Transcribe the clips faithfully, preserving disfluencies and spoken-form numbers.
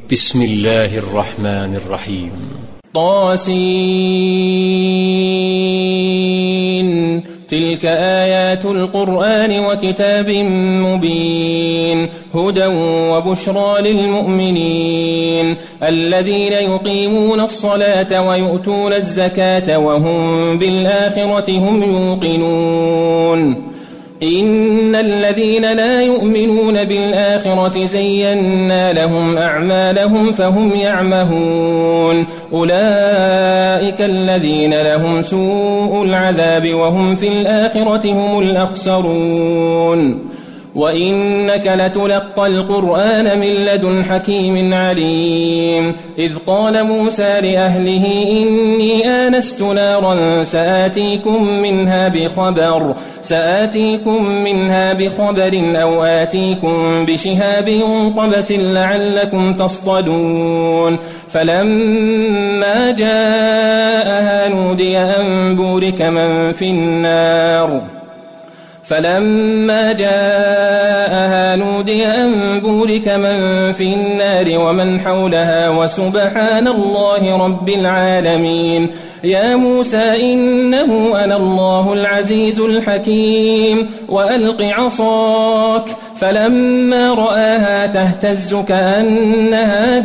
بسم الله الرحمن الرحيم. طاسين تلك آيات القرآن وكتاب مبين هدى وبشرى للمؤمنين الذين يقيمون الصلاة ويؤتون الزكاة وهم بالآخرة هم يوقنون إن الذين لا يؤمنون بالآخرة زينا لهم أعمالهم فهم يعمهون أولئك الذين لهم سوء العذاب وهم في الآخرة هم الأخسرون وإنك لتلقى القرآن من لدن حكيم عليم إذ قال موسى لأهله إني آنست نارا سآتيكم منها بخبر سآتيكم منها بخبر أو آتيكم بشهاب قبس لعلكم تصطلون فلما جاءها نودي أن بورك من في النار فلما جاءها نودي أن بورك من في النار ومن حولها وسبحان الله رب العالمين يا موسى إنه أنا الله العزيز الحكيم وألق عصاك فلما رآها تهتز كأنها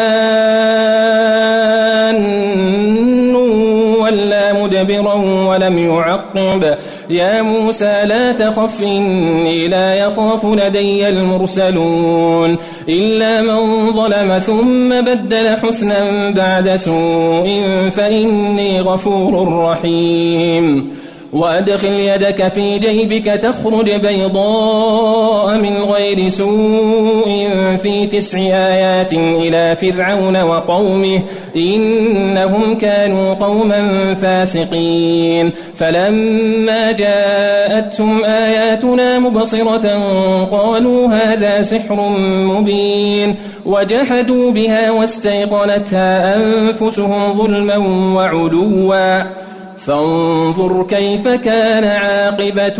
جان ولا مدبرا ولم يعقب يا موسى لا تخف إني لا يخاف لدي المرسلون إلا من ظلم ثم بدل حسنا بعد سوء فإني غفور رحيم وأدخل يدك في جيبك تخرج بيضاء من غير سوء في تسع آيات إلى فرعون وقومه إنهم كانوا قوما فاسقين فلما جاءتهم آياتنا مبصرة قالوا هذا سحر مبين وجحدوا بها واستيقنتها أنفسهم ظلما وعلوا فانظر كيف كان عاقبة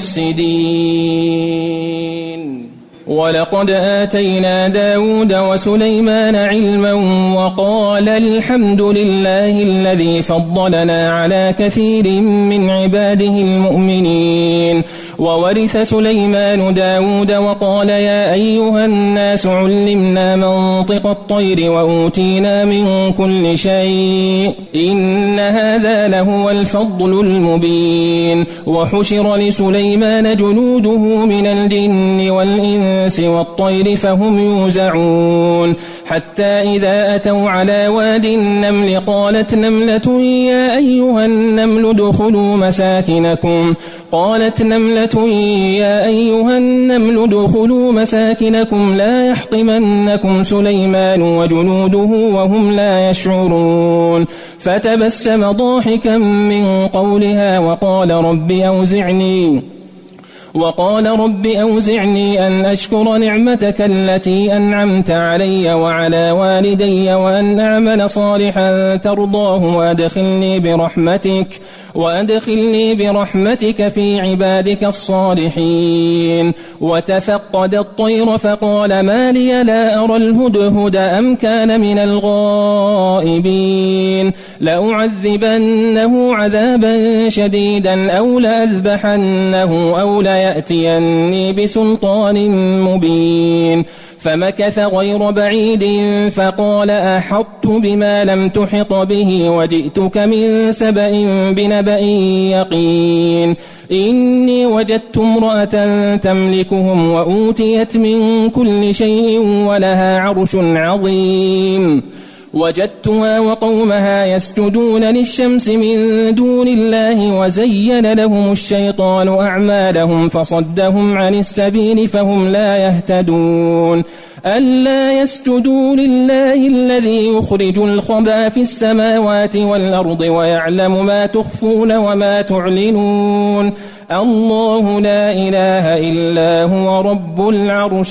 المفسدين ولقد آتينا داود وسليمان علما وقال الحمد لله الذي فضلنا على كثير من عباده المؤمنين وورث سليمان داود وقال يا أيها الناس علمنا منطق الطير وأوتينا من كل شيء إن هذا لهو الفضل المبين وحشر لسليمان جنوده من الجن والإنس والطير فهم يوزعون حتى إذا أتوا على واد النمل قالت نملة يا أيها النمل ادخلوا مساكنكم قالت نملة يا أيها النمل ادخلوا مساكنكم لا يحطمنكم سليمان وجنوده وهم لا يشعرون فتبسم ضاحكا من قولها وقال رب أوزعني وقال رب أوزعني أن أشكر نعمتك التي أنعمت علي وعلى والدي وأن أعمل صالحا ترضاه وأدخلني برحمتك وأدخلني برحمتك في عبادك الصالحين وتفقد الطير فقال ما لي لا أرى الهدهد أم كان من الغائبين لأعذبنه عذابا شديدا أو لأذبحنه أو ليأتيني بسلطان مبين فمكث غير بعيد فقال أحطت بما لم تحط به وجئتك من سبأ بنبأ يقين إني وجدت امرأة تملكهم وأوتيت من كل شيء ولها عرش عظيم وجدتها وقومها يسجدون للشمس من دون الله وزين لهم الشيطان أعمالهم فصدهم عن السبيل فهم لا يهتدون ألا يسجدوا لله الذي يخرج الخبى في السماوات والأرض ويعلم ما تخفون وما تعلنون الله لا إله إلا هو رب العرش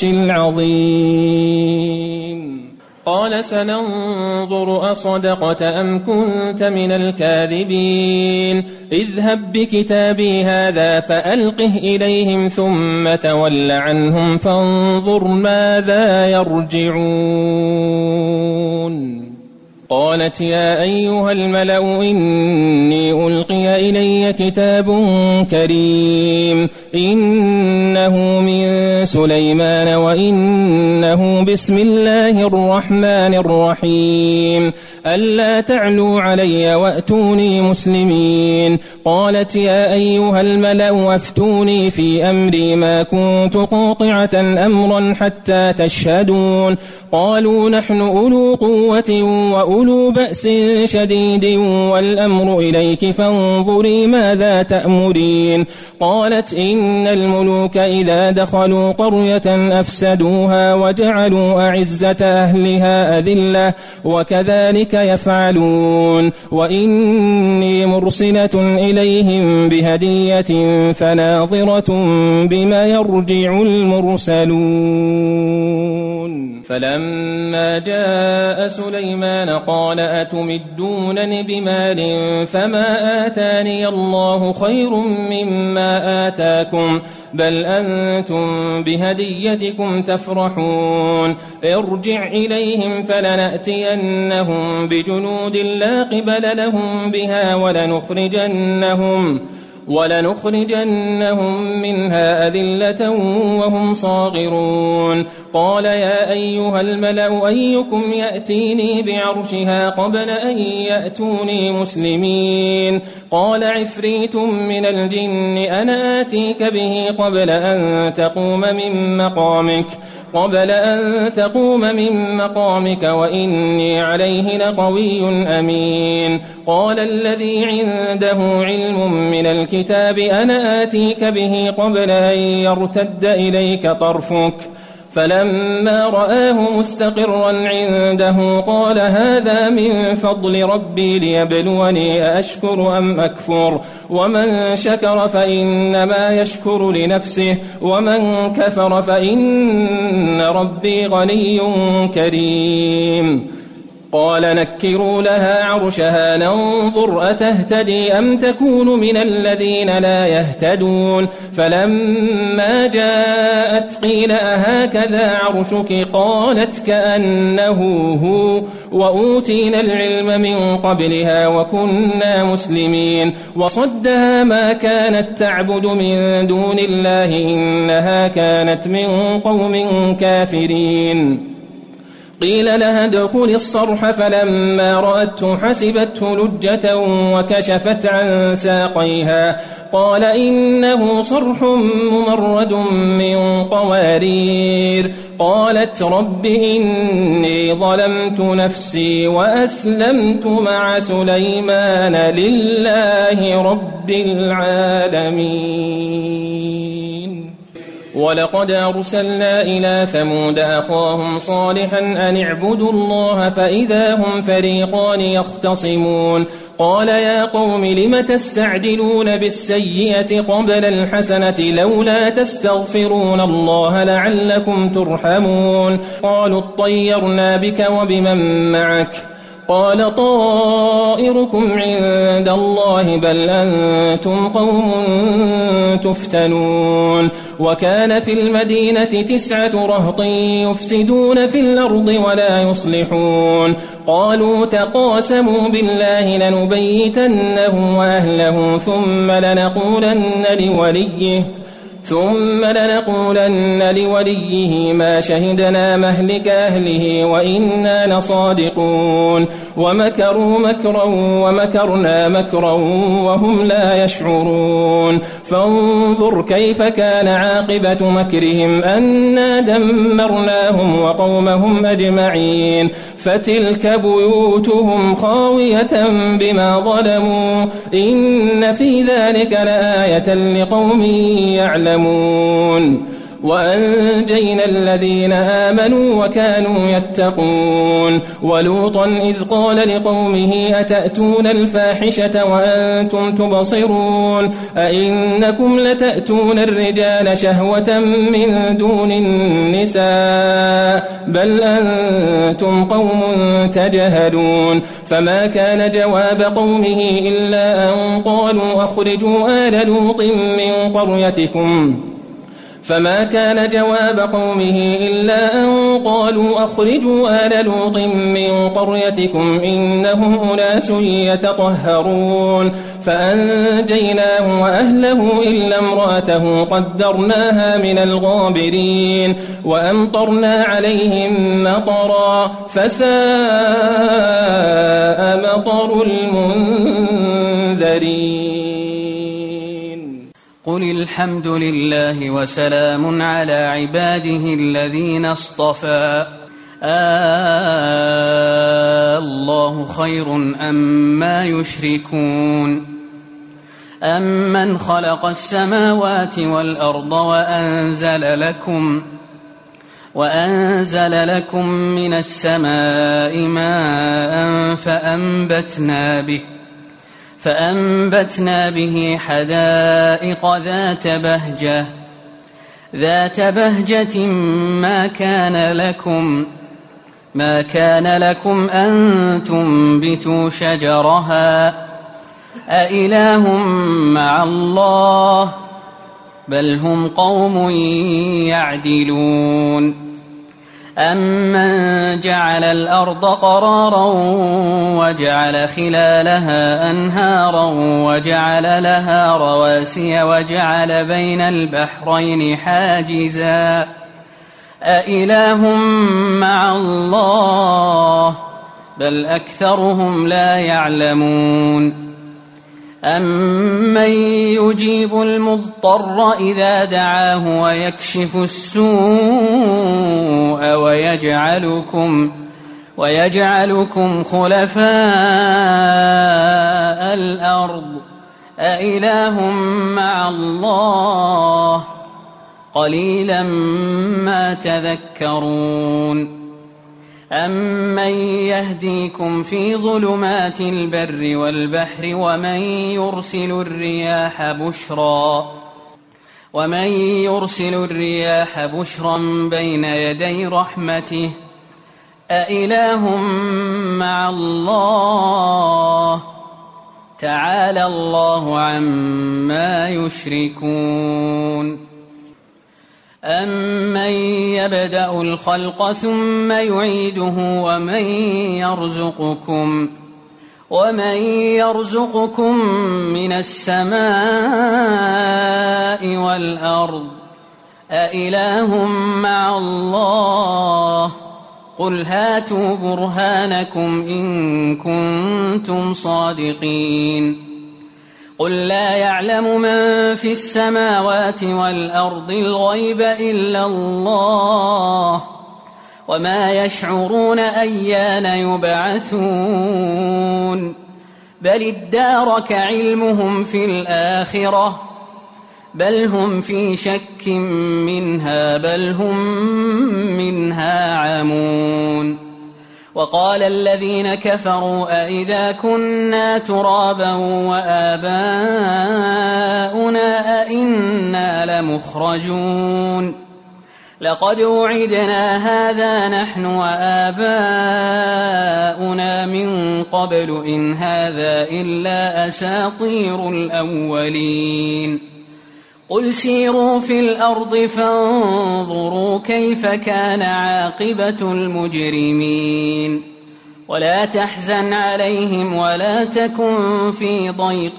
العظيم قال سننظر أصدقت أم كنت من الكاذبين اذهب بكتابي هذا فألقه إليهم ثم تول عنهم فانظر ماذا يرجعون قالت يا أيها الملأ إني ألقي إلي كتاب كريم إنه من سليمان وإنه بسم الله الرحمن الرحيم ألا تعلوا علي وأتوني مسلمين. قالت يا أيها الملأ أفتوني في أمري ما كنت قاطعة أمرا حتى تشهدون. قالوا نحن أولو قوة وأولو بأس شديد والأمر إليك فانظري ماذا تأمرين. قالت إن الملوك إذا دخلوا قرية أفسدوها وجعلوا أعزة أهلها أذلة وكذلك يفعلون. وإني مرسلة إليهم بهدية فناظرة بما يرجع المرسلون. فلما جاء سليمان قال أتمدونني بمال فما آتاني الله خير مما آتاكم بل أنتم بهديتكم تفرحون. ارجع إليهم فلنأتينهم بجنود لا قبل لهم بها ولنخرجنهم ولنخرجنهم منها أذلة وهم صاغرون. قال يا أيها الملأ أيكم يأتيني بعرشها قبل أن يأتوني مسلمين. قال عفريت من الجن أنا آتيك به قبل أن تقوم من مقامك قبل أن تقوم من مقامك وإني عليه لقوي أمين. قال الذي عنده علم من الكتاب أنا آتيك به قبل أن يرتد إليك طرفك فلما رآه مستقرا عنده قال هذا من فضل ربي ليبلوني أشكر أم أكفر ومن شكر فإنما يشكر لنفسه ومن كفر فإن ربي غني كريم. قال نكروا لها عرشها ننظر أتهتدي أم تكون من الذين لا يهتدون. فلما جاءت قيل أهكذا عرشك قالت كأنه هو وأوتينا العلم من قبلها وكنا مسلمين. وصدها ما كانت تعبد من دون الله إنها كانت من قوم كافرين. قيل لها ادخل الصرح فلما رأته حسبته لجة وكشفت عن ساقيها قال إنه صرح ممرد من قوارير. قالت رب إني ظلمت نفسي وأسلمت مع سليمان لله رب العالمين. ولقد أرسلنا إلى ثمود أخاهم صالحا أن اعبدوا الله فإذا هم فريقان يختصمون. قال يا قوم لم تستعجلون بالسيئة قبل الحسنة لولا تستغفرون الله لعلكم ترحمون. قالوا اطيرنا بك وبمن معك قال طائركم عند الله بل أنتم قوم تفتنون. وكان في المدينة تسعة رهط يفسدون في الأرض ولا يصلحون. قالوا تقاسموا بالله لنبيتنه وأهله ثم لنقولن لوليه ثم لنقولن لوليه ما شهدنا مهلك أهله وإنا لصادقون. ومكروا مكرا ومكرنا مكرا وهم لا يشعرون. فانظر كيف كان عاقبة مكرهم أنا دمرناهم وقومهم أجمعين. فتلك بيوتهم خاوية بما ظلموا إن في ذلك لآية لقوم يعلمون. وأنجينا الذين آمنوا وكانوا يتقون. ولوطا إذ قال لقومه أتأتون الفاحشة وأنتم تبصرون أئنكم لتأتون الرجال شهوة من دون النساء بل أنتم قوم تجهلون. فما كان جواب قومه إلا أن قالوا أخرجوا آل لوط من قريتكم فما كان جواب قومه إلا أن قالوا أخرجوا آل لوط من قريتكم إنهم أناس يتطهرون فأنجيناه وأهله إلا امرأته قدرناها من الغابرين وأمطرنا عليهم مطرا فساء مطر المنذرين. قل الحمد لله وسلام على عباده الذين اصطفى آه الله خير أما يشركون أمن خلق السماوات والأرض وأنزل لكم وأنزل لكم من السماء ماء فأنبتنا به فأنبتنا به حدائق ذات بهجة ذات بهجة ما كان لكم ما كان لكم أن تنبتوا شجرها أإله مع الله بل هم قوم يعدلون أمن جعل الأرض قرارا وجعل خلالها أنهارا وجعل لها رواسي وجعل بين البحرين حاجزا أإله مع الله بل أكثرهم لا يعلمون أمن يجيب المضطر إذا دعاه ويكشف السوء ويجعلكم ويجعلكم خلفاء الأرض أإله مع الله قليلا ما تذكرون أمن يهديكم في ظلمات البر والبحر ومن يرسل الرياح بشرا ومن يرسل الرياح بشرا بين يدي رحمته أإله مع الله تعالى الله عما يشركون أمن يبدأ الخلق ثم يعيده ومن يرزقكم ومن يرزقكم من السماء والأرض أإله مع الله قل هاتوا برهانكم إن كنتم صادقين قل لا يعلم من في السماوات والأرض الغيب إلا الله وما يشعرون أيان يبعثون بل ادارك علمهم في الآخرة بل هم في شك منها بل هم منها عمون وقال الذين كفروا أئذا كنا ترابا وآباؤنا أئنا لمخرجون لقد وعدنا هذا نحن وآباؤنا من قبل إن هذا إلا أساطير الأولين قل سيروا في الأرض فانظروا كيف كان عاقبة المجرمين ولا تحزن عليهم ولا تكن في ضيق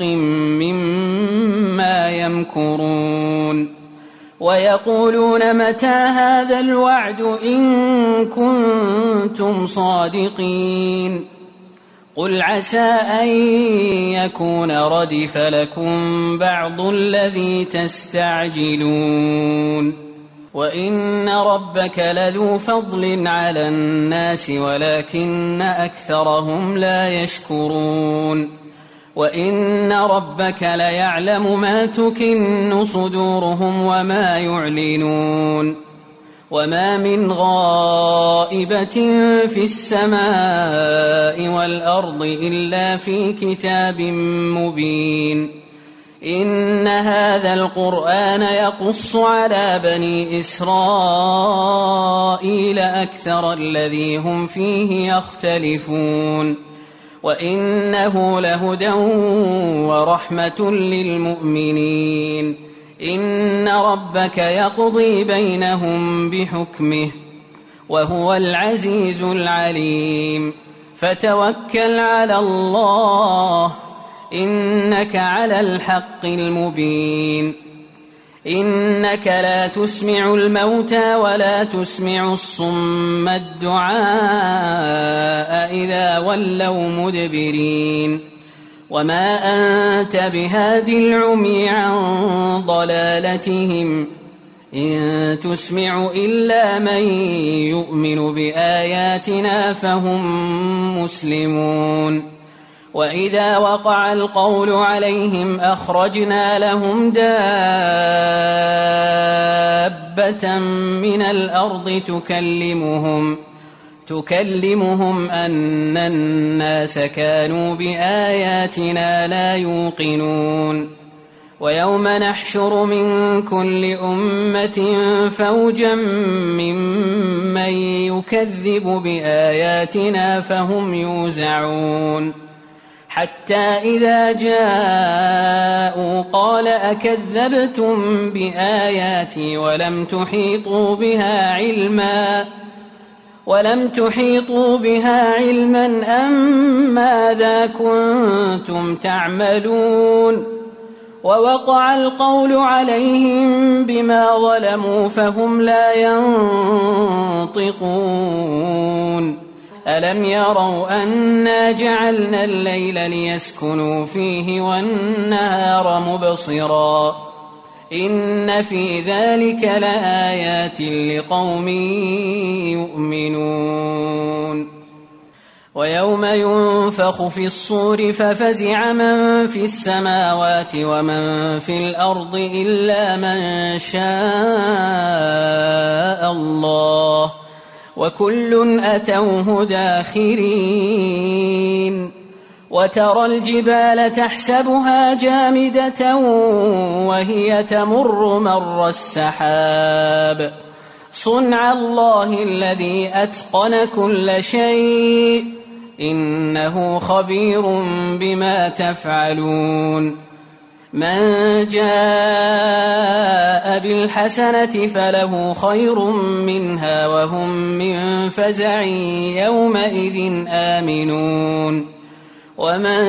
مما يمكرون ويقولون متى هذا الوعد إن كنتم صادقين قل عسى أن يكون ردف لكم بعض الذي تستعجلون وإن ربك لذو فضل على الناس ولكن أكثرهم لا يشكرون وإن ربك ليعلم ما تكن صدورهم وما يعلنون وما من غائبة في السماء والأرض إلا في كتاب مبين إن هذا القرآن يقص على بني إسرائيل أكثر الذي هم فيه يختلفون وإنه لهدى ورحمة للمؤمنين إن ربك يقضي بينهم بحكمه وهو العزيز العليم فتوكل على الله إنك على الحق المبين إنك لا تسمع الموتى ولا تسمع الصم الدعاء إذا ولوا مدبرين وما أنت بهاد العمي عن ضلالتهم إن تسمع إلا من يؤمن بآياتنا فهم مسلمون وإذا وقع القول عليهم أخرجنا لهم دابة من الأرض تكلمهم تكلمهم أن الناس كانوا بآياتنا لا يوقنون ويوم نحشر من كل أمة فوجا ممن يكذب بآياتنا فهم يوزعون حتى إذا جاءوا قال أكذبتم بآياتي ولم تحيطوا بها علما ولم تحيطوا بها علما أم ماذا كنتم تعملون ووقع القول عليهم بما ظلموا فهم لا ينطقون ألم يروا أنا جعلنا الليل ليسكنوا فيه والنهار مبصرا إن في ذلك لآيات لقوم يؤمنون ويوم ينفخ في الصور ففزع من في السماوات ومن في الأرض إلا من شاء الله وكل أتوه داخرين وترى الجبال تحسبها جامدة وهي تمر مر السحاب صنع الله الذي أتقن كل شيء إنه خبير بما تفعلون من جاء بالحسنة فله خير منها وهم من فزع يومئذ آمنون ومن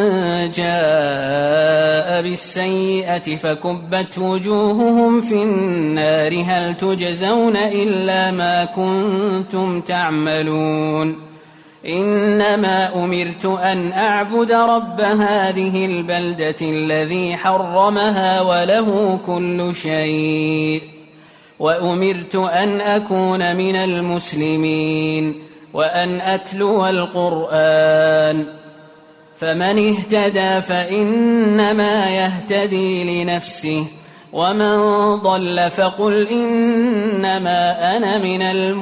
جاء بالسيئة فكبت وجوههم في النار هل تجزون إلا ما كنتم تعملون إنما أمرت أن أعبد رب هذه البلدة الذي حرمها وله كل شيء وأمرت أن أكون من المسلمين وأن أتلو القرآن فمن اهتدى فإنما يهتدي لنفسه ومن ضل فقل إنما أنا من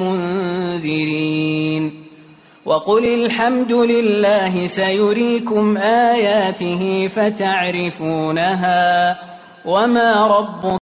المنذرين وقل الحمد لله سيريكم آياته فتعرفونها وما ربك